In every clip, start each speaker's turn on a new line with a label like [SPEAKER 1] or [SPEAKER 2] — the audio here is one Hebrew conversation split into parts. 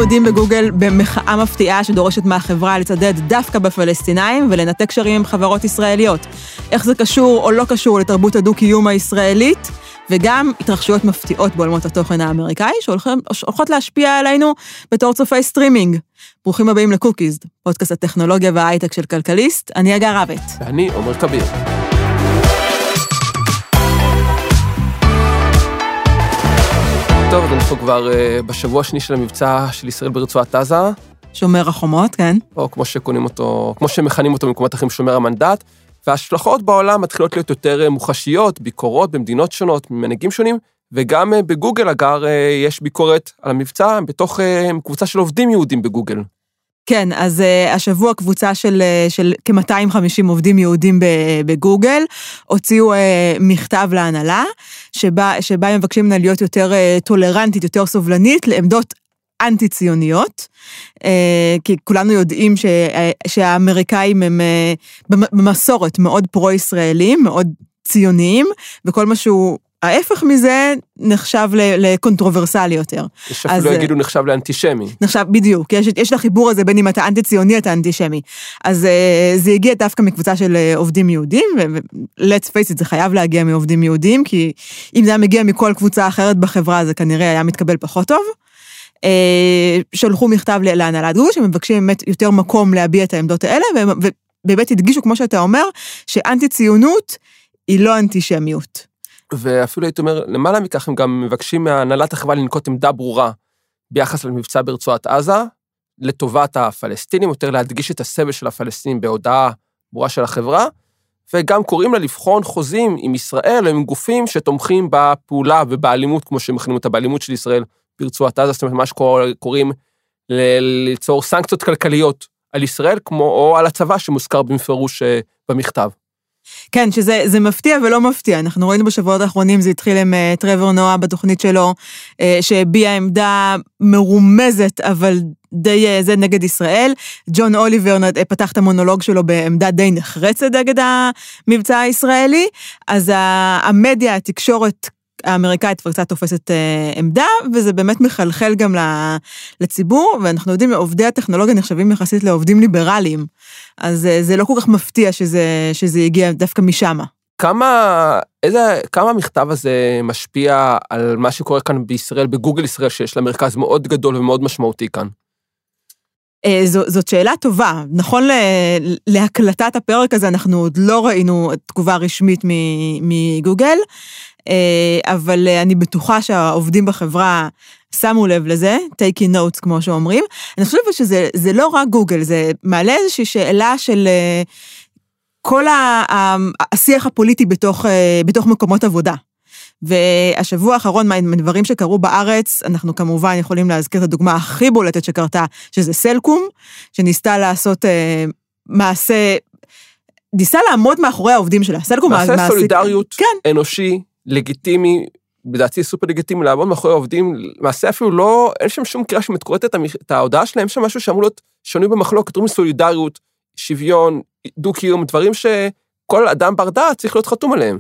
[SPEAKER 1] יהודים בגוגל במחאה מפתיעה שדורשת מהחברה לצדד דווקא בפלסטינאים ולנתק קשרים עם חברות ישראליות. איך זה קשור או לא קשור לתרבות הדו-קיום הישראלית, וגם התרחשויות מפתיעות בעולמות התוכן האמריקאי, שהולכות להשפיע עלינו בתור צופי סטרימינג. ברוכים הבאים לקוקיז, פודקאסט הטכנולוגיה וההייטק של כלכליסט. אני הגר רבת.
[SPEAKER 2] ואני עומר כביר. טוב, אז אנחנו כבר בשבוע השני של המבצע של ישראל ברצועת עזה.
[SPEAKER 1] שומר החומות, כן.
[SPEAKER 2] או כמו שמכנים אותו במקומות אחרים, שומר המנדט. וההשלכות בעולם מתחילות להיות יותר מוחשיות, ביקורות במדינות שונות, ממנהיגים שונים, וגם בגוגל, אגר, יש ביקורת על המבצע, בתוך קבוצה של עובדים יהודים בגוגל.
[SPEAKER 1] כן, אז השבוע קבוצה של כ-250 עובדים יהודים בגוגל, הוציאו מכתב להנהלה, שבה הם מבקשים להיות יותר טולרנטית, יותר סובלנית, לעמדות אנטי-ציוניות, כי כולנו יודעים שהאמריקאים הם במסורת מאוד פרו-ישראלים, מאוד ציוניים, וכל משהו, ההפך מזה נחשב לקונטרוברסלי יותר.
[SPEAKER 2] יש אפילו יגידו נחשב לאנטישמי.
[SPEAKER 1] נחשב, בדיוק, יש לחיבור הזה בין אם אתה אנטי-ציוני, אתה אנטישמי. אז זה הגיע דווקא מקבוצה של עובדים יהודים, ו-let's face it, זה חייב להגיע מעובדים יהודים, כי אם זה היה מגיע מכל קבוצה אחרת בחברה, זה כנראה היה מתקבל פחות טוב. שלחו מכתב להנהלת גוגל, שמבקשים באמת יותר מקום להביע את העמדות האלה, ובאמת הדגישו, כמו שאתה אומר, שאנטי-ציונות היא לא אנטישמיות.
[SPEAKER 2] ואפילו הייתי אומר, למעלה מכך הם גם מבקשים מהנהלת החברה לנקוט עמדה ברורה ביחס למבצע ברצועת עזה, לטובת הפלסטינים, יותר להדגיש את הסבל של הפלסטינים בהודעה ברורה של החברה, וגם קוראים לה לבחון חוזים עם ישראל, או עם גופים שתומכים בפעולה ובאלימות, כמו שמכנים אותה, באלימות של ישראל ברצועת עזה, זאת אומרת, מה שקוראים ליצור סנקציות כלכליות על ישראל, או על הצבא שמוזכר במפרוש במכתב.
[SPEAKER 1] כן, שזה מפתיע ולא מפתיע. אנחנו ראינו בשבועות האחרונים, זה התחיל עם טרוור נועה בתוכנית שלו, שהביע עמדה מרומזת, אבל די זה נגד ישראל. ג'ון אוליבר פתח את המונולוג שלו בעמדה די נחרצת נגד המבצע הישראלי, אז המדיה, התקשורת האמריקאית כבר קצת תופסת עמדה, וזה באמת מחלחל גם לציבור, ואנחנו יודעים, עובדי הטכנולוגיה נחשבים יחסית לעובדים ליברליים, אז זה לא כל כך מפתיע שזה הגיע דווקא משם.
[SPEAKER 2] כמה המכתב הזה משפיע על מה שקורה כאן בישראל, בגוגל ישראל, שיש לה מרכז מאוד גדול ומאוד משמעותי כאן?
[SPEAKER 1] זאת שאלה טובה. נכון להקלטת הפרק הזה, אנחנו עוד לא ראינו תגובה רשמית מגוגל, אבל אני בטוחה שהעובדים בחברה שמו לב לזה, taking notes כמו שאומרים. אני חושבת שזה לא רק גוגל, זה מעלה איזושהי שאלה של כל השיח הפוליטי בתוך מקומות עבודה. והשבוע האחרון מהדברים שקרו בארץ, אנחנו כמובן יכולים להזכיר את הדוגמה הכי בולטת שקרתה, שזה סלקום, שניסתה לעשות מעשה, ניסה לעמוד מאחורי העובדים שלה. סלקום
[SPEAKER 2] מעשה סולידריות אנושי, לגיטימי, בדעתי סופר לגיטימי, לעמוד מאחורי העובדים, מעשה אפילו לא, אין שם שום קריאה שמתקוראת את ההודעה שלהם, שם משהו שאמור להיות שונים במחלוקת, דברים סולידריות, שוויון, דו-קיום, דברים שכל אדם בר דעת צריך להיות חתום עליהם.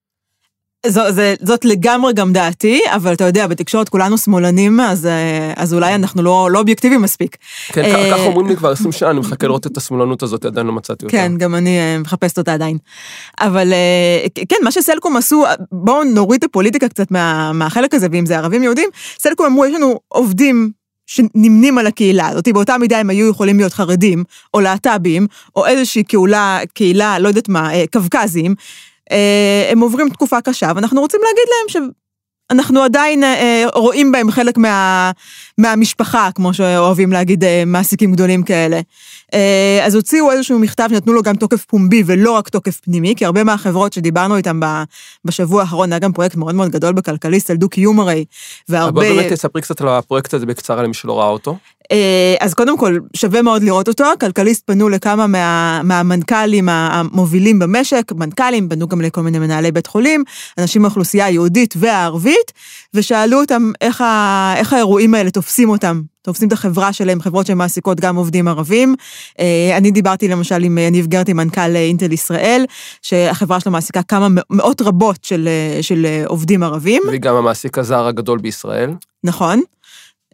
[SPEAKER 1] זאת לגמרי גם דעתי, אבל אתה יודע, בתקשורת כולנו שמאלנים, אז אולי אנחנו לא אובייקטיביים מספיק.
[SPEAKER 2] כן, כך אומרים לי כבר 20 שנה, אני מחכה לראות את השמאלנות הזאת, עדיין לא מצאתי אותה.
[SPEAKER 1] כן, גם אני מחפשת אותה עדיין. אבל כן, מה שסלקום עשו, בואו נוריד את הפוליטיקה קצת מהחלק הזה, ואם זה ערבים יהודים, סלקום אמרו, יש לנו עובדים שנמנים על הקהילה הזאת, באותה מידה הם היו יכולים להיות חרדים, או להט"בים, או איזושהי קהילה, לא יודעת מה, קווקזים, הם עוברים תקופה קשה, ואנחנו רוצים להגיד להם שאנחנו עדיין רואים בהם חלק מהמשפחה, כמו שאוהבים להגיד מעסיקים גדולים כאלה. אז הוציאו איזשהו מכתב שנתנו לו גם תוקף פומבי, ולא רק תוקף פנימי, כי הרבה מהחברות שדיברנו איתם בשבוע האחרון, היה גם פרויקט מאוד מאוד גדול בכלכליסט, על דו-קיום הרי,
[SPEAKER 2] אבל באמת תספרי קצת על הפרויקט הזה בקצרה למי שלא ראה אותו.
[SPEAKER 1] אז קודם כל, שווה מאוד לראות אותו, כלכליסט פנו לכמה מהמנכ"לים המובילים במשק, מנכ"לים, פנו גם לכל מיני מנהלי בית חולים, אנשים מהאוכלוסייה היהודית והערבית, ושאלו אותם איך האירועים האלה תופסים אותם, תופסים את החברה שלהם, חברות שמעסיקות גם עובדים ערבים. אני דיברתי למשל עם יניב גרטי, מנכ"ל אינטל ישראל, שהחברה שלו מעסיקה כמה מאות רבות של עובדים ערבים.
[SPEAKER 2] וגם המעסיק הזר הגדול בישראל.
[SPEAKER 1] נכון.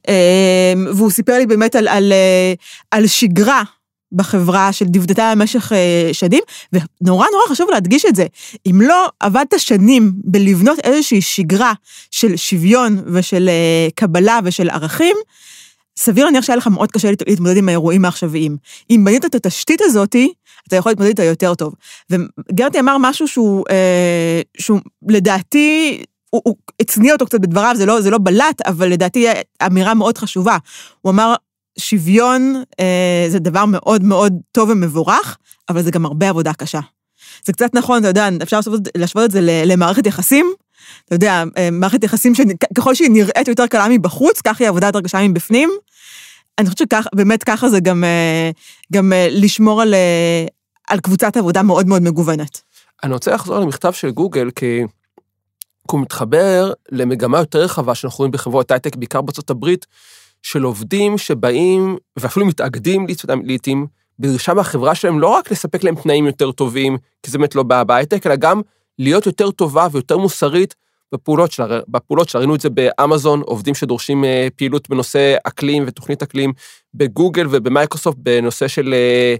[SPEAKER 1] והוא סיפר לי באמת על שגרה בחברה של דבדתה במשך שנים, ונורא חשוב להדגיש את זה. אם לא עבדת שנים בלבנות איזושהי שגרה של שוויון ושל קבלה ושל ערכים, סביר להניח שהיה לך מאוד קשה להתמודד עם האירועים העכשוויים. אם בנית את התשתית הזאת, אתה יכול להתמודד איתה יותר טוב. וגרטי אמר משהו שהוא לדעתי, הוא הצניע אותו קצת בדבריו, זה לא בלט, אבל לדעתי אמירה מאוד חשובה. הוא אמר, שוויון זה דבר מאוד מאוד טוב ומבורך, אבל זה גם הרבה עבודה קשה. זה קצת נכון, אתה יודע, אפשר להשוות את זה למערכת יחסים, אתה יודע, מערכת יחסים שככל שהיא נראית יותר קלה מבחוץ, כך היא עבודה יותר קשה מבפנים. אני חושבת שבאמת ככה זה גם לשמור על קבוצת עבודה מאוד מאוד מגוונת.
[SPEAKER 2] אני רוצה לחזור למכתב של גוגל, כי הוא מתחבר למגמה יותר רחבה שאנחנו רואים בחברות הייטק, בעיקר בארצות הברית, של עובדים שבאים ואפילו מתאגדים לעתים בדרישה מהחברה שלהם, לא רק לספק להם תנאים יותר טובים, כי זה באמת לא בהייטק, אלא גם להיות יותר טובה ויותר מוסרית בפעולות שלה. ראינו את זה באמזון, עובדים שדורשים פעילות בנושא אקלים ותוכנית אקלים, בגוגל ובמייקרוסופט בנושא של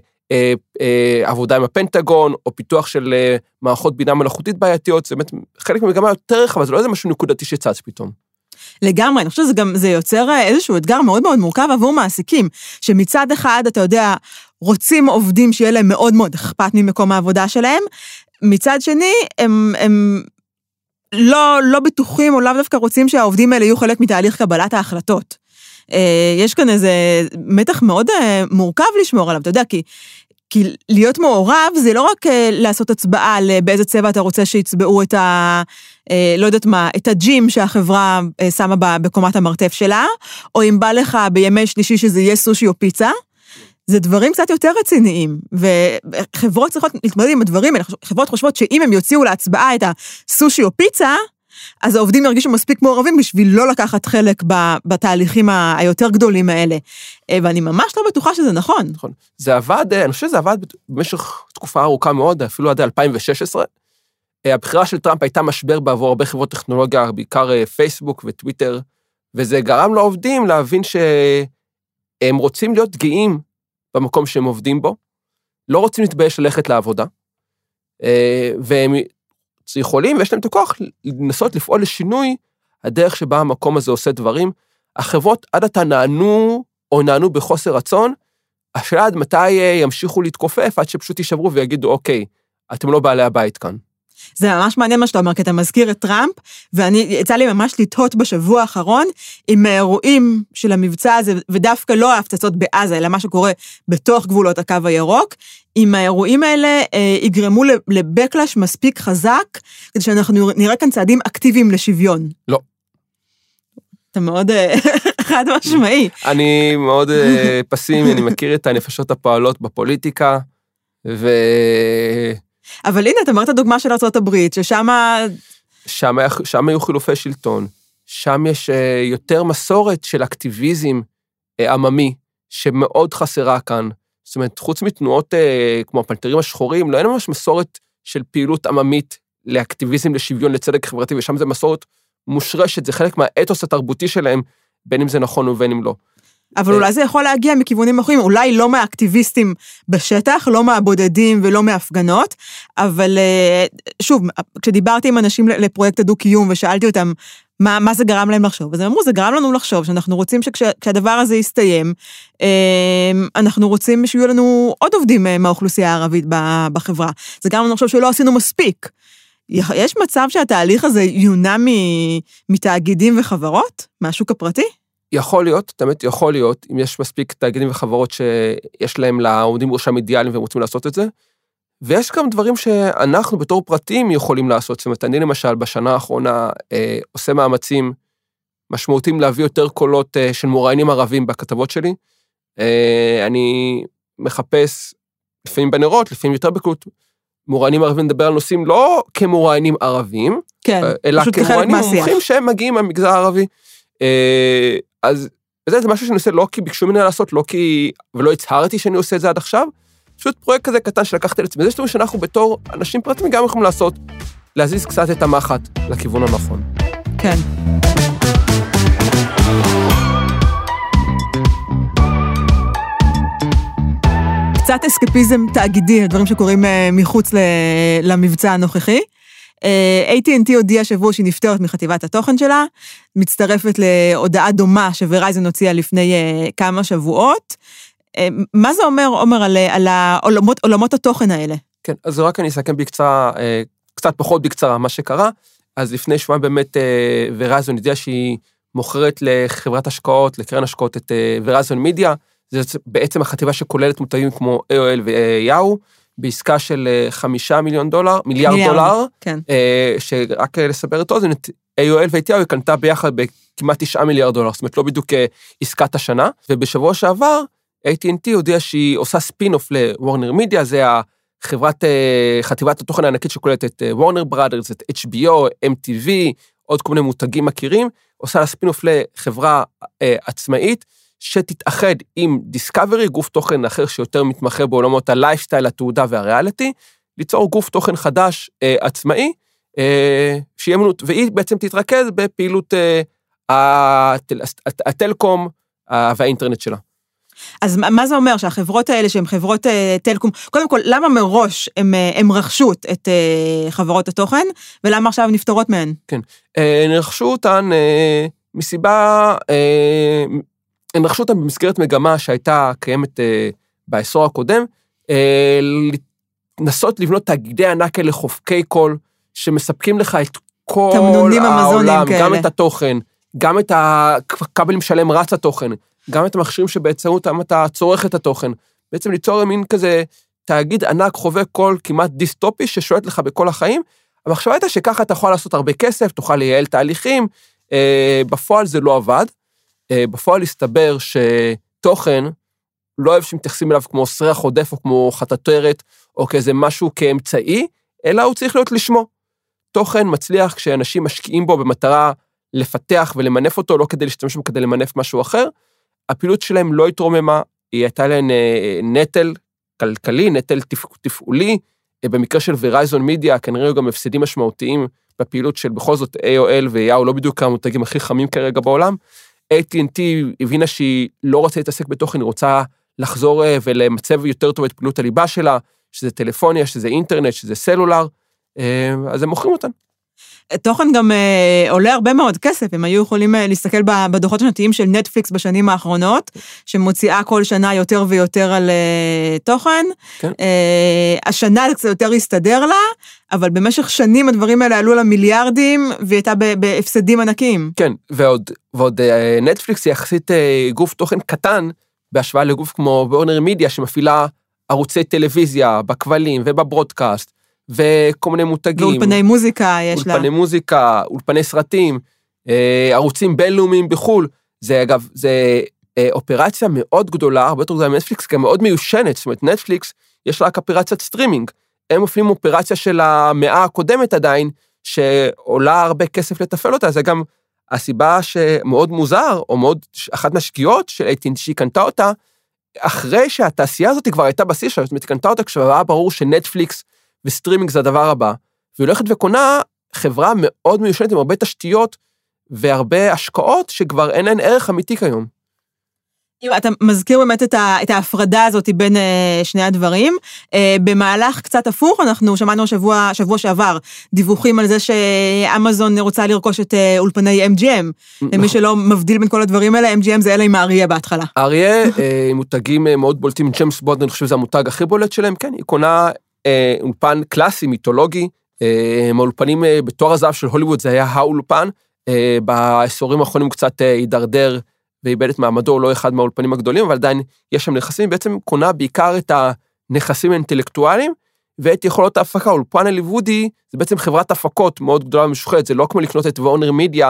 [SPEAKER 2] עבודה עם הפנטגון, או פיתוח של מערכות בינה מלאכותית בעייתיות, זה באמת חלק ממגמה יותר רחבה, זה לא איזה משהו נקודתי שצץ פתאום.
[SPEAKER 1] לגמרי, אני חושבת שזה יוצר איזשהו אתגר מאוד מאוד מורכב עבור מעסיקים, שמצד אחד, אתה יודע, רוצים עובדים שיהיה להם מאוד מאוד אכפת ממקום העבודה שלהם, מצד שני, הם לא בטוחים או לאו דווקא רוצים שהעובדים האלה יהיו חלק מתהליך קבלת ההחלטות. יש כאן איזה מתח מאוד מורכב לשמור עליו, אתה יודע, כי להיות מעורב זה לא רק לעשות הצבעה באיזה צבע אתה רוצה שיצבעו את לא יודעת מה, את הג'ים שהחברה שמה בקומת המרתף שלה, או אם בא לך בימי שלישי שזה יהיה סושי או פיצה, זה דברים קצת יותר רציניים, וחברות צריכות להתמודד עם הדברים האלה, חברות חושבות שאם הם יוציאו להצבעה את הסושי או פיצה, אז העובדים ירגישו מספיק מעורבים בשביל לא לקחת חלק בתהליכים היותר גדולים האלה. ואני ממש לא בטוחה שזה נכון.
[SPEAKER 2] נכון. זה עבד, אני חושב שזה עבד במשך תקופה ארוכה מאוד, אפילו עד 2016. הבחירה של טראמפ הייתה משבר בעבור הרבה חברות טכנולוגיה, בעיקר פייסבוק וטוויטר, וזה גרם לעובדים להבין שהם רוצים להיות גאים במקום שהם עובדים בו, לא רוצים להתבייש ללכת לעבודה, והם יכולים, ויש להם את הכוח לנסות לפעול לשינוי הדרך שבה המקום הזה עושה דברים. החברות עד עתה נענו או נענו בחוסר רצון, השאלה עד מתי ימשיכו להתכופף, עד שפשוט יישברו ויגידו, אוקיי, אתם לא בעלי הבית כאן.
[SPEAKER 1] זה ממש מעניין מה שאתה אומר, כי אתה מזכיר את טראמפ, ואני יצא לי ממש לתהות בשבוע האחרון, עם האירועים של המבצע הזה, ודווקא לא ההפצצות בעזה, אלא מה שקורה בתוך גבולות הקו הירוק, אם האירועים האלה יגרמו לבקלש מספיק חזק, כדי שאנחנו נראה כאן צעדים אקטיביים לשוויון.
[SPEAKER 2] לא.
[SPEAKER 1] אתה מאוד חד משמעי.
[SPEAKER 2] אני מאוד פסימי, אני מכיר את הנפשות הפועלות בפוליטיקה,
[SPEAKER 1] אבל הנה, אתה אמרת דוגמה של ארצות הברית, ששם
[SPEAKER 2] היו חילופי שלטון, שם יש יותר מסורת של אקטיביזם עממי, שמאוד חסרה כאן. זאת אומרת, חוץ מתנועות כמו הפנתרים השחורים, לא אין ממש מסורת של פעילות עממית לאקטיביזם, לשוויון, לצדק חברתי, ושם זה מסורת מושרשת, זה חלק מהאתוס התרבותי שלהם, בין אם זה נכון ובין אם לא.
[SPEAKER 1] אבל אולי זה יכול להגיע מכיוונים אחרים, אולי לא מהאקטיביסטים בשטח, לא מהבודדים ולא מהפגנות, אבל שוב, כשדיברתי עם אנשים לפרויקט הדו-קיום ושאלתי אותם מה זה גרם להם לחשוב, אז הם אמרו, זה גרם לנו לחשוב שאנחנו רוצים שכשהדבר הזה יסתיים, אנחנו רוצים שיהיו לנו עוד עובדים מהאוכלוסייה הערבית בחברה. זה גרם לנו לחשוב שלא עשינו מספיק. יש מצב שהתהליך הזה יונע מתאגידים וחברות, מהשוק הפרטי?
[SPEAKER 2] יכול להיות, תמיד יכול להיות, אם יש מספיק תאגידים וחברות שיש להם לעומדים ראשם אידיאליים והם רוצים לעשות את זה, ויש גם דברים שאנחנו בתור פרטים יכולים לעשות, זאת אומרת, אני למשל בשנה האחרונה עושה מאמצים משמעותיים להביא יותר קולות של מוראיינים ערבים בכתבות שלי, אני מחפש לפעמים בנרות, לפעמים יותר בקלות, מוראיינים ערבים לדבר על נושאים לא כמוראיינים ערבים,
[SPEAKER 1] כן,
[SPEAKER 2] אלא כמוראיינים מומחים שהם מגיעים מהמגזר הערבי, אז זה משהו שאני עושה לא כי ביקשו ממני לעשות, לא כי, ולא הצהרתי שאני עושה את זה עד עכשיו, פשוט פרויקט כזה קטן שלקחתי לעצמי, זה שתראו שאנחנו בתור אנשים פרטיים גם יכולים לעשות, להזיז קצת את המחט לכיוון הנכון.
[SPEAKER 1] כן. קצת אסקפיזם תאגידי, דברים שקורים מחוץ למבצע הנוכחי. AT&T הודיעה שבוע שהיא נפטרת מחטיבת התוכן שלה, מצטרפת להודעה דומה שוורייזן הוציאה לפני כמה שבועות. מה זה אומר, עומר, על עולמות התוכן האלה?
[SPEAKER 2] כן, אז רק אני אסכם בקצרה, קצת פחות בקצרה מה שקרה. אז לפני שבועיים באמת ורייזן הודיעה שהיא מוכרת לחברת השקעות, לקרן השקעות את ורייזן מידיה, זה בעצם החטיבה שכוללת מותגים כמו AOL ו-Yahoo, בעסקה של מיליארד דולר,
[SPEAKER 1] כן.
[SPEAKER 2] שרק לסבר את אוזן, את AOL ו-Yahoo היא קנתה ביחד בכמעט 9 מיליארד דולר, זאת אומרת לא בדיוק עסקת השנה, ובשבוע שעבר, AT&T הודיעה שהיא עושה ספין-אוף לוורנר מידיה, זה חטיבת התוכן הענקית שכוללת את וורנר בראדרס, את HBO, MTV, עוד כל מיני מותגים מכירים, עושה לה ספין-אוף לחברה עצמאית, שתתאחד עם דיסקאברי, גוף תוכן אחר שיותר מתמחה בעולמות הלייפסטייל, התעודה והריאליטי, ליצור גוף תוכן חדש עצמאי, והיא בעצם תתרכז בפעילות הטלקום והאינטרנט שלה.
[SPEAKER 1] אז מה זה אומר שהחברות האלה שהן חברות טלקום, קודם כל, למה מראש הם רכשו את חברות התוכן, ולמה עכשיו נפטרות מהן?
[SPEAKER 2] כן, הן רכשו אותן מסיבה, הן רכשו אותן במסגרת מגמה שהייתה קיימת בעשור הקודם, לנסות לבנות תאגידי ענק אלה חופקי קול, שמספקים לך את כל העולם, גם את התוכן, גם את הכבלים שלהם רץ התוכן, גם את המכשירים שבאמצעותם אתה צורך את התוכן, בעצם ליצור מין כזה תאגיד ענק חובק קול כמעט דיסטופי ששולט לך בכל החיים, המחשבה הייתה שככה אתה יכול לעשות הרבה כסף, תוכל לייעל תהליכים, בפועל זה לא עבד, בפועל הסתבר שתוכן לא אוהב שמתייחסים אליו כמו סרח עודף או כמו חטטרת או כאיזה משהו כאמצעי, אלא הוא צריך להיות לשמו. תוכן מצליח כשאנשים משקיעים בו במטרה לפתח ולמנף אותו, לא כדי להשתמש בו כדי למנף משהו אחר, הפעילות שלהם לא התרוממה, היא הייתה להן נטל כלכלי, נטל תפעולי, במקרה של ורייזון מידיה, כנראה היו גם הפסדים משמעותיים בפעילות של בכל זאת AOL ו-Yahoo, לא בדיוק המותגים הכי חמים כרגע בעולם, AT&T הבינה שהיא לא רוצה להתעסק בתוכן, היא רוצה לחזור ולמצב יותר טוב את פעילות הליבה שלה, שזה טלפוניה, שזה אינטרנט, שזה סלולר, אז הם מוכרים אותן.
[SPEAKER 1] תוכן גם עולה הרבה מאוד כסף, הם היו יכולים להסתכל בדוחות השנתיים של נטפליקס בשנים האחרונות, שמוציאה כל שנה יותר ויותר על תוכן, כן. השנה זה קצת יותר הסתדר לה, אבל במשך שנים הדברים האלה עלו לה מיליארדים, והיא הייתה בהפסדים ענקיים.
[SPEAKER 2] כן, ועוד נטפליקס היא יחסית גוף תוכן קטן, בהשוואה לגוף כמו וורנר מידיה, שמפעילה ערוצי טלוויזיה, בכבלים ובברודקאסט, וכל מיני מותגים.
[SPEAKER 1] ואולפני מוזיקה יש לה.
[SPEAKER 2] אולפני מוזיקה, אולפני סרטים, ערוצים בינלאומיים בחול. זה אגב, זה אופרציה מאוד גדולה, הרבה יותר גדולה מנטפליקס, גם מאוד מיושנת. זאת אומרת, נטפליקס יש לה רק אופרציית סטרימינג. הם מפעילים אופרציה של המאה הקודמת עדיין, שעולה הרבה כסף לתפעל אותה. זה גם הסיבה שמאוד מוזר, או מאוד אחת מהשגיאות של AT&T קנתה אותה, אחרי שהתעשייה הזאת כבר הייתה בשיא שלה, זאת אומרת, קנתה אותה כשהיה ברור שנטפליקס וסטרימינג זה הדבר הבא, והיא הולכת וקונה חברה מאוד מיושנת עם הרבה תשתיות והרבה השקעות שכבר אין להן ערך אמיתי כיום.
[SPEAKER 1] אתה מזכיר באמת את ההפרדה הזאת בין שני הדברים. במהלך קצת הפוך, אנחנו שמענו שבוע שעבר דיווחים על זה שאמזון רוצה לרכוש את אולפני MGM. למי שלא מבדיל בין כל הדברים האלה, MGM זה אלה עם האריה בהתחלה.
[SPEAKER 2] האריה, מותגים מאוד בולטים, ג'יימס בונד, אני חושב שזה המותג הכי בולט שלהם, כן, היא קונה אולפן קלאסי, מיתולוגי, האולפנים בתואר הזהב של הוליווד, זה היה האולפן, בעשורים האחרונים קצת הידרדר, ואיבד את מעמדו, לא אחד מהאולפנים הגדולים, אבל עדיין יש שם נכסים, בעצם קונה בעיקר את הנכסים האינטלקטואליים, ואת יכולות ההפקה, אולפן הוליוודי, זה בעצם חברת הפקות מאוד גדולה ומשוחדת, זה לא כמו לקנות את וורנר מידיה,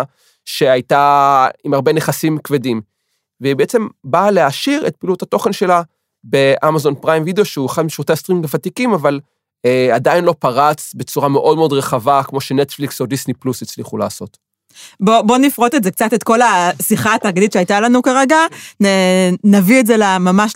[SPEAKER 2] שהייתה עם הרבה נכסים כבדים, והיא בעצם באה להעשיר את פעילות התוכן שלה, באמזון פריים וידאו, שהוא אחד משירותי הסטרימינג הוותיקים, אבל עדיין לא פרץ בצורה מאוד מאוד רחבה, כמו שנטפליקס או דיסני פלוס הצליחו לעשות.
[SPEAKER 1] בוא נפרוט את זה קצת, את כל השיחה התאגידית שהייתה לנו כרגע, נביא את זה ממש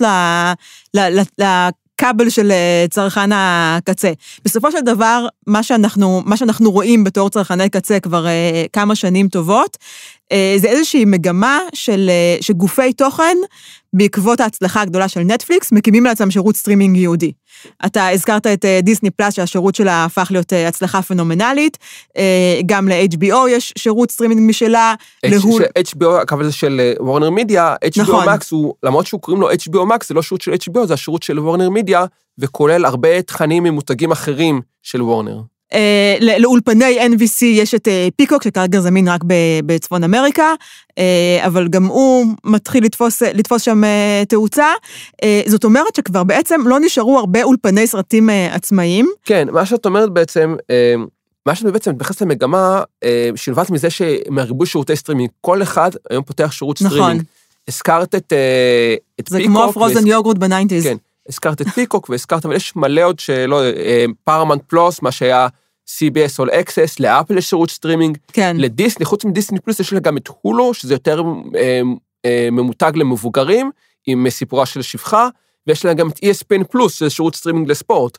[SPEAKER 1] לכבל של צרכן הקצה. בסופו של דבר, מה שאנחנו רואים בתור צרכני קצה כבר כמה שנים טובות, זה איזושהי מגמה שגופי תוכן בעקבות ההצלחה הגדולה של נטפליקס, מקימים לעצמם שירות סטרימינג יהודי. אתה הזכרת את דיסני פלאס, שהשירות שלה הפך להיות הצלחה פנומנלית, גם ל-HBO יש שירות סטרימינג משלה,
[SPEAKER 2] HBO, הקו הזה של וורנר מידיה, HBO Max הוא, למרות שהוא קוראים לו HBO Max, זה לא שירות של HBO, זה השירות של וורנר מידיה, וכולל הרבה תכנים ממותגים אחרים של וורנר.
[SPEAKER 1] לאולפני NBC יש את פיקוק, שכרגע זמין רק בצפון אמריקה, אבל גם הוא מתחיל לתפוס שם תאוצה. זאת אומרת שכבר בעצם לא נשארו הרבה אולפני סרטים עצמאיים.
[SPEAKER 2] כן, מה שאת אומרת בעצם, מה שאת בעצם מתבחס למגמה, שנובעת מזה שמהריבוי שירותי סטרימינג, כל אחד היום פותח שירות סטרימינג. הזכרת את פיקוק.
[SPEAKER 1] זה כמו פרוזן יוגורט ב-90s.
[SPEAKER 2] כן, הזכרת את פיקוק והזכרת, אבל יש מלא עוד שלא, פארמנט פלוס, מה שהיה CBS All Access, לאפל יש שירות סטרימינג,
[SPEAKER 1] כן.
[SPEAKER 2] לדיסני, חוץ מדיסני פלוס, יש לה גם את הולו, שזה יותר ממותג למבוגרים, עם סיפורה של שפחה, ויש לה גם את ESPN פלוס, שזה שירות סטרימינג לספורט.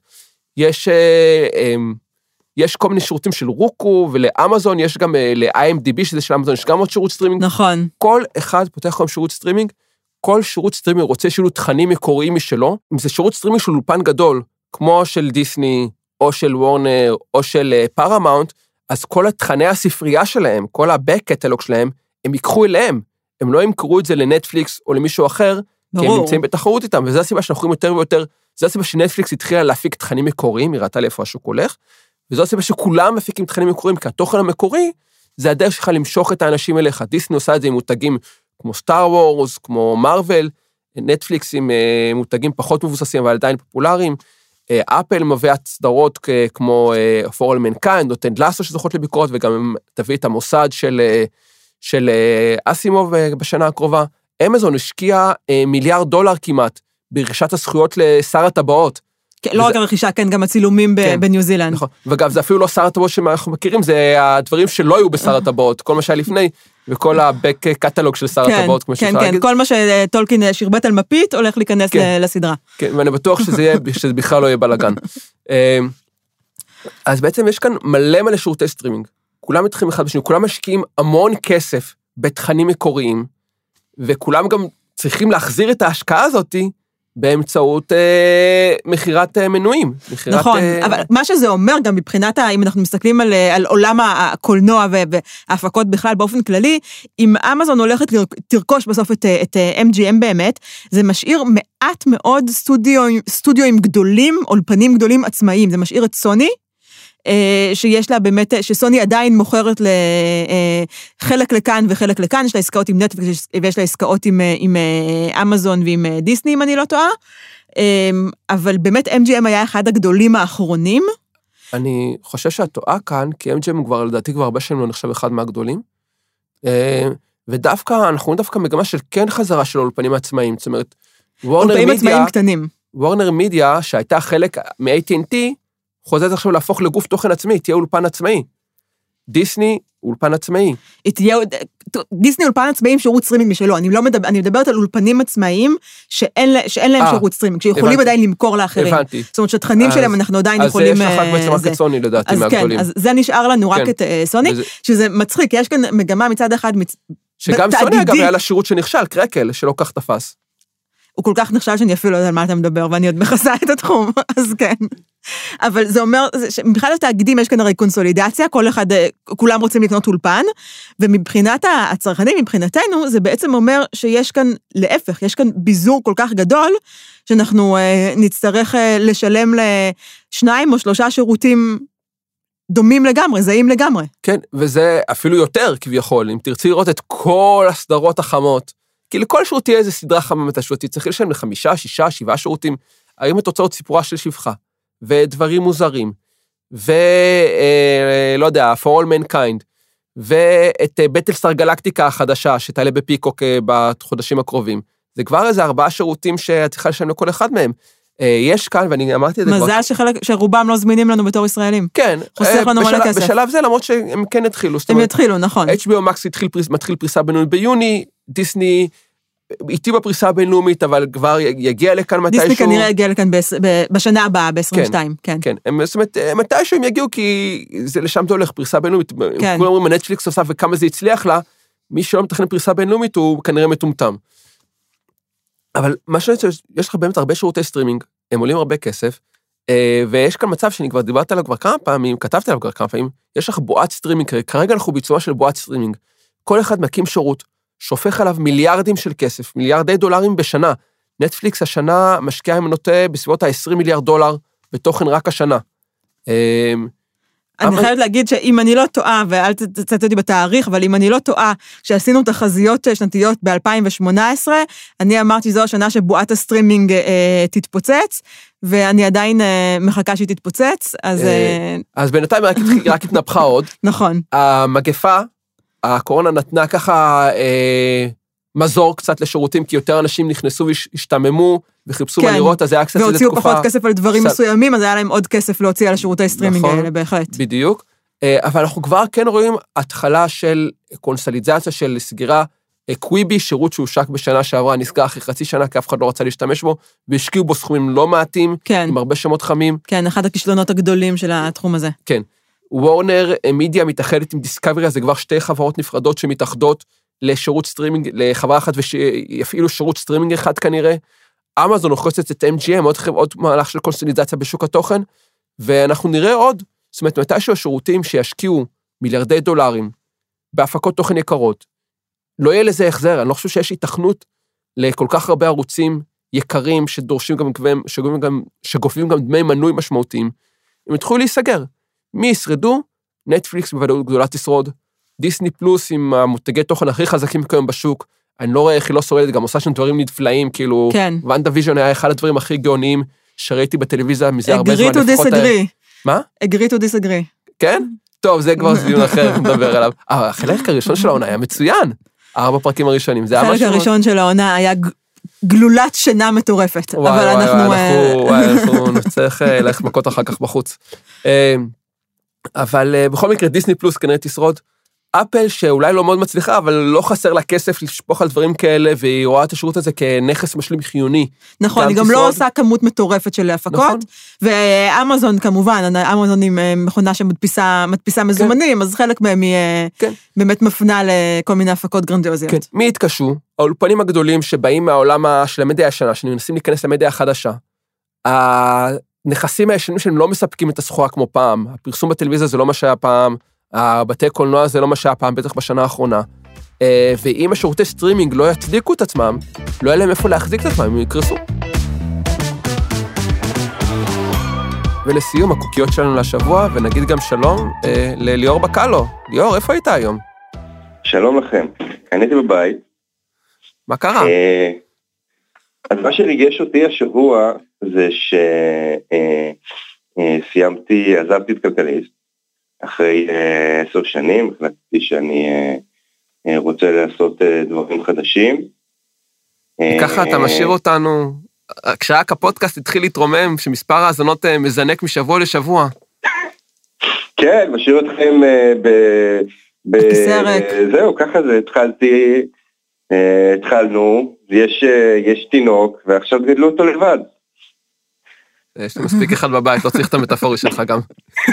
[SPEAKER 2] יש כל מיני שירותים של רוקו, ולאמזון יש גם ל-IMDb, שזה של אמזון, יש גם עוד שירות סטרימינג.
[SPEAKER 1] נכון.
[SPEAKER 2] כל אחד פותח היום שירות סטרימינג, כל שירות סטרימינג רוצה שיהיו תכנים מקוריים משלו, אם זה שירות סטרימינג של אולפן גדול, כמו של דיסני, או של וורנר, או של פארמאונט, אז כל התכני הספרייה שלהם, כל הבק-קטלוג שלהם, הם ייקחו אליהם. הם לא ימכרו את זה לנטפליקס או למישהו אחר, כי הם נמצאים בתחרות איתם, וזו הסיבה שאנחנו רואים יותר ויותר, זו הסיבה שנטפליקס התחילה להפיק תכנים מקוריים, היא ראתה לאיפה השוק הולך, וזו הסיבה שכולם מפיקים תכנים מקוריים, כי התוכן המקורי, זה הדרך שלך למשוך את האנשים אליך. דיסני עושה את זה עם מותגים כמו סטאר וורס, כמו מרוול, נטפליקס עם מותגים פחות מבוססים, אבל עדיין פופולריים, אפל מביא סדרות כמו For All Mankind, או טד לאסו שזוכות לביקורות, וגם תביא את המוסד של אסימוב בשנה הקרובה. אמזון השקיע $1 מיליארד כמעט, ברכישת הזכויות לשר הטבעות.
[SPEAKER 1] לא רק הרכישה, כן, גם הצילומים בניו זילנד.
[SPEAKER 2] נכון, וגם זה אפילו לא שר הטבעות שאנחנו מכירים, זה הדברים שלא היו בשר הטבעות, כל מה שהיה לפני, וכל הבק קטלוג של שר הטבעות, כמו שאפשר להגיד.
[SPEAKER 1] כן, כל מה שטולקין שרבט על מפית, הולך להיכנס לסדרה.
[SPEAKER 2] כן, ואני בטוח שזה בכלל לא יהיה בלגן. אז בעצם יש כאן מלא שירותי סטרימינג, כולם מתחילים אחד בשני, כולם משקיעים המון כסף בתכנים מקוריים, וכולם גם צריכים להחזיר את ההשקעה הזאת, באמצעות מחירת מנויים.
[SPEAKER 1] נכון, אבל מה שזה אומר גם מבחינת, אם אנחנו מסתכלים על עולם הקולנוע וההפקות בכלל באופן כללי, אם אמזון הולכת תרכוש בסוף את MGM באמת, זה משאיר מעט מאוד סטודיואים גדולים, אולפנים גדולים עצמאיים, זה משאיר את סוני, שיש לה באמת, שסוני עדיין מוכרת לחלק לכאן וחלק לכאן, יש לה עסקאות עם נטפליקס, ויש לה עסקאות עם אמזון ועם דיסני, אם אני לא טועה, אבל באמת MGM היה אחד הגדולים האחרונים.
[SPEAKER 2] אני חושב שאת טועה כאן, כי MGM כבר, לדעתי כבר הרבה שנים לא נחשב אחד מהגדולים, ודווקא, אנחנו דווקא מגמה של כן חזרה של אולפנים עצמאיים, זאת אומרת,
[SPEAKER 1] אולפנים עצמאיים קטנים.
[SPEAKER 2] וורנר מידיה, שהייתה חלק מ-AT&T, חוזרת עכשיו להפוך לגוף תוכן עצמי, תהיה אולפן עצמאי. דיסני, אולפן עצמאי.
[SPEAKER 1] דיסני אולפן עצמאי עם שירות סטרימינג משלו, אני מדברת על אולפנים עצמאיים שאין להם שירות סטרימינג, שיכולים עדיין למכור לאחרים.
[SPEAKER 2] הבנתי.
[SPEAKER 1] זאת אומרת שהתכנים שלהם אנחנו עדיין יכולים...
[SPEAKER 2] אז יש לך בעצם רק את סוני לדעתי מהגדולים.
[SPEAKER 1] אז זה נשאר לנו רק את סוני, שזה מצחיק, יש כאן מגמה מצד אחד...
[SPEAKER 2] שגם סוני אגב היה לה שירות שנכשל, קרקל, שלא כך תפס.
[SPEAKER 1] הוא כל כך נכשל שאני אפילו לא יודע על מה אתה מדבר, ואני עוד מכסה את התחום, אז כן. אבל זה אומר, מבחינת התאגידים יש כאן הרי קונסולידציה, כל אחד, כולם רוצים לקנות אולפן, ומבחינת הצרכנים, מבחינתנו, זה בעצם אומר שיש כאן, להפך, יש כאן ביזור כל כך גדול, שאנחנו נצטרך לשלם לשניים או שלושה שירותים דומים לגמרי, זהים לגמרי.
[SPEAKER 2] כן, וזה אפילו יותר כביכול, אם תרצי לראות את כל הסדרות החמות, כי לכל שירות תהיה איזו סדרה חמה מתשוותי, צריך לשלם ל5, 6, 7 שירותים, האם התוצאות סיפורה של שפחה, ודברים מוזרים, ולא יודע, For All Mankind, ואת בטלסטאר גלקטיקה החדשה, שתעלה בפיקוק בחודשים הקרובים. זה כבר איזה 4 שירותים שאת צריכה לשלם לכל אחד מהם. יש כאן, ואני אמרתי את זה
[SPEAKER 1] כבר... מזל שרובם לא זמינים לנו בתור ישראלים.
[SPEAKER 2] כן.
[SPEAKER 1] חוסך לנו מלא כסף.
[SPEAKER 2] בשלב זה, למרות שהם כן התחילו.
[SPEAKER 1] הם יתחילו, נכון.
[SPEAKER 2] HBO Max מתחיל פריסה בינלאומית ביוני, דיסני איתי בפריסה הבינלאומית, אבל כבר יגיע לכאן מתישהו.
[SPEAKER 1] דיסני כנראה יגיע לכאן בשנה הבאה, ב-22, כן.
[SPEAKER 2] כן, זאת אומרת, מתישהו הם יגיעו, כי זה לשם זה הולך, פריסה בינלאומית. כולם אומרים, הנטפליקס עושה וכמה זה הצליח לה, מי שלא מתכנן פריסה בינלאומית הוא כנראה מטומטם. אבל מה שאני חושב, יש לך באמת הרבה שירותי סטרימינג, הם עולים הרבה כסף, ויש כאן מצב שאני כבר דיברתי עליו כבר כמה פעמים, כתבתי עליו כבר כמה פעמים, יש לך בועת סטרימינג, כרגע אנחנו בעיצומה של בועת סטרימינג, כל אחד מקים שירות, שופך עליו מיליארדים של כסף, מיליארדי דולרים בשנה, נטפליקס השנה משקיעה אם נוטה בסביבות ה-20 מיליארד דולר בתוכן רק השנה.
[SPEAKER 1] אני חייבת להגיד שאם אני לא טועה, ואל תצאת אותי בתאריך, אבל אם אני לא טועה, כשעשינו תחזיות שנתיות ב-2018, אני אמרתי זו השנה שבועת הסטרימינג תתפוצץ, ואני עדיין מחכה שהיא תתפוצץ,
[SPEAKER 2] אז בינתיים רק התנפחה עוד.
[SPEAKER 1] נכון.
[SPEAKER 2] המגפה, הקורונה נתנה ככה מזור קצת לשירותים, כי יותר אנשים נכנסו והשתממו, וחיפשו מה לראות, אז היה קצת איזו תקופה.
[SPEAKER 1] והוציאו פחות כסף על דברים מסוימים, אז היה להם עוד כסף להוציא על השירותי סטרימינג האלה, בהחלט.
[SPEAKER 2] בדיוק. אבל אנחנו כבר כן רואים התחלה של קונסולידציה של סגירה, קוויבי, שירות שהושק בשנה שעברה, נסגר אחרי חצי שנה, כי אף אחד לא רצה להשתמש בו, והשקיעו בו סכומים לא מעטים, עם הרבה שמות חמים.
[SPEAKER 1] כן, אחד הכישלונות הגדולים של התחום הזה.
[SPEAKER 2] כן. וורנר מידיה מתאחדת עם דיסקאברי, אז זה כבר שתי חברות נפרדות שמתאחדות לשירות סטרימינג, לחברה אחת ושיפעילו שירות סטרימינג אחד כנראה. אמזון הוכנסת את MGM, עוד מהלך של קונסולידציה בשוק התוכן, ואנחנו נראה עוד, זאת אומרת, מתישהו השירותים שישקיעו מיליארדי דולרים בהפקות תוכן יקרות, לא יהיה לזה החזר, אני לא חושב שיש התכנות לכל כך הרבה ערוצים יקרים שדורשים שגופים גם דמי מנוי משמעותיים, הם יתחילו להיסגר. מי ישרדו? נטפליקס בוודאות גדולה תשרוד, דיסני פלוס עם המותגי תוכן הכי חזקים כיום בשוק, אני לא רואה איך היא לא שורדת, גם עושה שם דברים נפלאים, כאילו, ואנדה ויז'ן היה אחד הדברים הכי גאוניים שראיתי בטלוויזיה מזה הרבה זמן.
[SPEAKER 1] agree to disagree.
[SPEAKER 2] מה?
[SPEAKER 1] agree to disagree.
[SPEAKER 2] כן? טוב, זה כבר דיון אחר, נדבר עליו. החלק הראשון של העונה היה מצוין, 4 פרקים הראשונים, זה היה משהו...
[SPEAKER 1] החלק הראשון של העונה היה גלולת שינה מטורפת, אבל
[SPEAKER 2] אנחנו נצטרך ללכת מכות אחר כך בחוץ. אבל בכל מקרה, דיסני פלוס כנראה תשרוד, אפל שאולי לא מאוד מצליחה, אבל לא חסר לה כסף לשפוך על דברים כאלה, והיא רואה את השירות הזה כנכס משלים חיוני.
[SPEAKER 1] נכון, היא גם לא עושה כמות מטורפת של הפקות, ואמזון כמובן, אמזון עם מכונה שמדפיסה מזומנים, אז חלק מהם היא באמת מפנה לכל מיני הפקות גרנדיוזיות.
[SPEAKER 2] מי התקשו? האולפנים הגדולים שבאים מהעולם של המדיה הישנה, שמנסים להיכנס למדיה החדשה, הנכסים הישנים שהם לא מספקים את הסחורה כמו פעם, הפרסום בטלוויזיה זה לא מה שהיה פעם, הבתי קולנוע זה לא מה שהיה פעם, בטח בשנה האחרונה, ואם השירותי סטרימינג לא יצדיקו את עצמם, לא יהיה להם איפה להחזיק את עצמם, הם יקרסו. ולסיום, הקוקיות שלנו לשבוע, ונגיד גם שלום לליאור בקלו. ליאור, איפה היית היום?
[SPEAKER 3] שלום לכם, אני הייתי בבית.
[SPEAKER 2] מה קרה?
[SPEAKER 3] אז מה שריגש אותי השבוע, זה שסיימתי, עזבתי את כלכליסט, אחרי 10 שנים, החלטתי שאני רוצה לעשות דברים חדשים.
[SPEAKER 2] ככה אתה משאיר אותנו, כשהק הפודקאסט התחיל להתרומם, שמספר האזנות מזנק משבוע לשבוע.
[SPEAKER 3] כן, משאיר אתכם
[SPEAKER 1] בכיסא
[SPEAKER 3] זהו, ככה זה, התחלנו, יש תינוק, ועכשיו גדלו אותו לבד.
[SPEAKER 2] יש לי מספיק אחד בבית, לא צריך את המטאפורי שלך גם.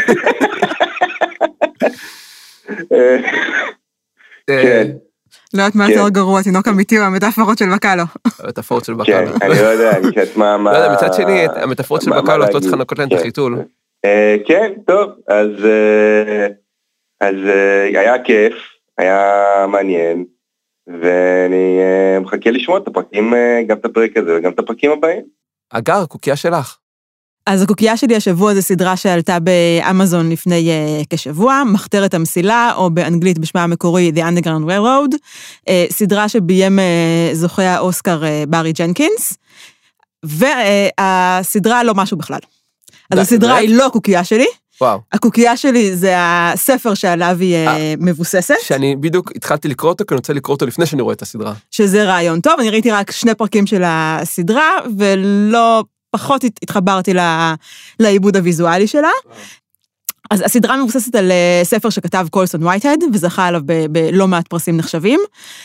[SPEAKER 3] כן.
[SPEAKER 1] לא יודעת מה יותר גרוע, תינוק אמיתי או המטאפורות של בקלו.
[SPEAKER 2] המטאפורות של בקלו.
[SPEAKER 3] כן, אני לא יודע, אני חושב מה...
[SPEAKER 2] לא יודע, מצד שני, המטאפורות של בקלו, את לא צריכה לנקות להם את החיתול.
[SPEAKER 3] כן, טוב, אז היה כיף, היה מעניין, ואני מחכה לשמוע את הפרקים, גם את הפרק הזה וגם את הפרקים הבאים.
[SPEAKER 2] אגר, הקוקייה שלך.
[SPEAKER 1] אז הקוקייה שלי השבוע זה סדרה שעלתה באמזון לפני כשבוע, מחתרת המסילה, או באנגלית בשמה המקורי The Underground Railroad, סדרה שביים זוכה האוסקר ברי ג'נקינס, והסדרה לא משהו בכלל. אז הסדרה היא לא הקוקייה שלי, הקוקייה שלי זה הספר שעליו היא מבוססת.
[SPEAKER 2] שאני בדיוק התחלתי לקרוא אותו, כי אני רוצה לקרוא אותו לפני שאני רואה את הסדרה.
[SPEAKER 1] שזה רעיון טוב, אני ראיתי רק 2 פרקים של הסדרה, ולא... פחות התחברתי לעיבוד הוויזואלי שלה. אז הסדרה מבוססת על ספר שכתב קולסון ווייטהד, וזכה עליו בלא מעט פרסים נחשבים,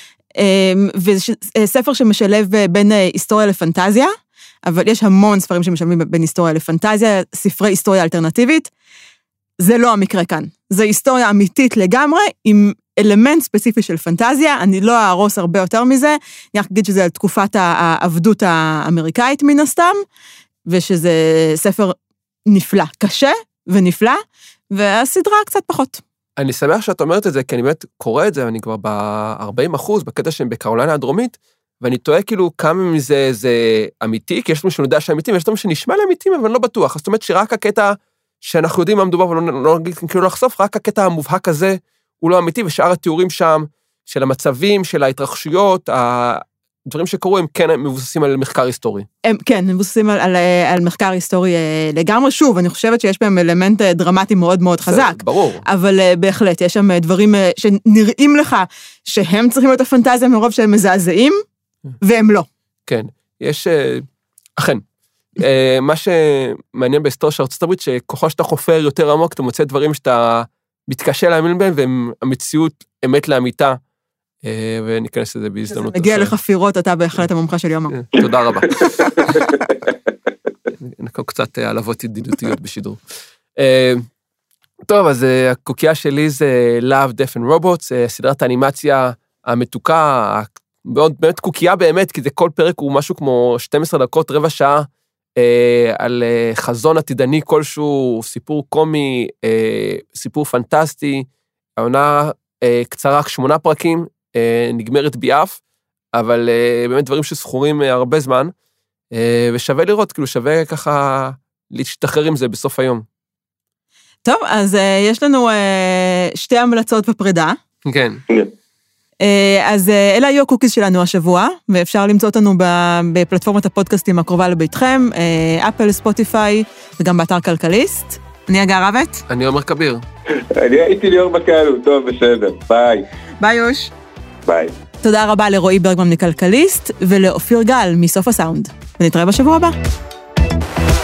[SPEAKER 1] וספר שמשלב בין היסטוריה לפנטזיה, אבל יש המון ספרים שמשלבים בין היסטוריה לפנטזיה, ספרי היסטוריה אלטרנטיבית, זה לא המקרה כאן. זה היסטוריה אמיתית לגמרי, עם אלמנט ספציפי של פנטזיה, אני לא אהרוס הרבה יותר מזה, אני רק אגיד שזה על תקופת העבדות האמריקאית מן הסתם, ושזה ספר נפלא, קשה ונפלא, והסדרה קצת פחות.
[SPEAKER 2] אני שמח שאת אומרת את זה, כי אני באמת קורא את זה, אני כבר ב-40%, בקטע שהם בקרוליינה הדרומית, ואני טועה כאילו כמה מזה זה אמיתי, כי יש לנו שנודע שאמיתי, ויש לנו שנשמע לאמיתים, אבל לא בטוח. זאת אומרת שרק הקטע שאנחנו יודעים מה מדובר, ולא נגיד כאילו לחשוף, רק הקטע המובהק הזה הוא לא אמיתי, ושאר התיאורים שם, של המצבים, של ההתרחשויות, הדברים שקורו, הם כן מבוססים על מחקר היסטורי.
[SPEAKER 1] כן, מבוססים על מחקר היסטורי לגמרי. שוב, אני חושבת שיש בהם אלמנט דרמטי מאוד מאוד חזק.
[SPEAKER 2] ברור.
[SPEAKER 1] אבל בהחלט, יש שם דברים שנראים לך שהם צריכים להיות הפנטזיה מרוב שהם מזעזעים, והם לא.
[SPEAKER 2] כן, יש, אכן, מה שמעניין בהיסטוריה של ארצות הברית, שככל שאתה חופר יותר עמוק, אתה מוצא דברים שאתה מתקשה להאמין בהם, והמציאות אמת לאמיתה, וניכנס לזה בהזדמנות.
[SPEAKER 1] מגיע לחפירות, אתה בהחלט המומחה של יומא.
[SPEAKER 2] תודה רבה. נקום קצת עלבות ידידותיות בשידור. טוב, אז הקוקייה שלי זה Love, Death and Robots, סדרת האנימציה המתוקה, באמת קוקייה באמת, כי זה כל פרק הוא משהו כמו 12 דקות, רבע שעה, על חזון עתידני כלשהו, סיפור קומי, סיפור פנטסטי, העונה קצרה, 8 פרקים, נגמרת ביעף, אבל באמת דברים שסחורים הרבה זמן, ושווה לראות, כאילו שווה ככה להשתחרר עם זה בסוף היום.
[SPEAKER 1] טוב, אז יש לנו 2 המלצות בפרידה.
[SPEAKER 2] כן.
[SPEAKER 1] אז אלה היו הקוקיז שלנו השבוע, ואפשר למצוא אותנו בפלטפורמת הפודקאסטים הקרובה לביתכם, אפל, ספוטיפיי, וגם באתר כלכליסט. אני אגר רבת.
[SPEAKER 2] אני עומר כביר.
[SPEAKER 3] אני הייתי ליאור בקלו, טוב, בסדר, ביי.
[SPEAKER 1] ביי יוש.
[SPEAKER 3] ביי.
[SPEAKER 1] תודה רבה לרועי ברגמן מכלכליסט, ולאופיר גל מסוף הסאונד. ונתראה בשבוע הבא.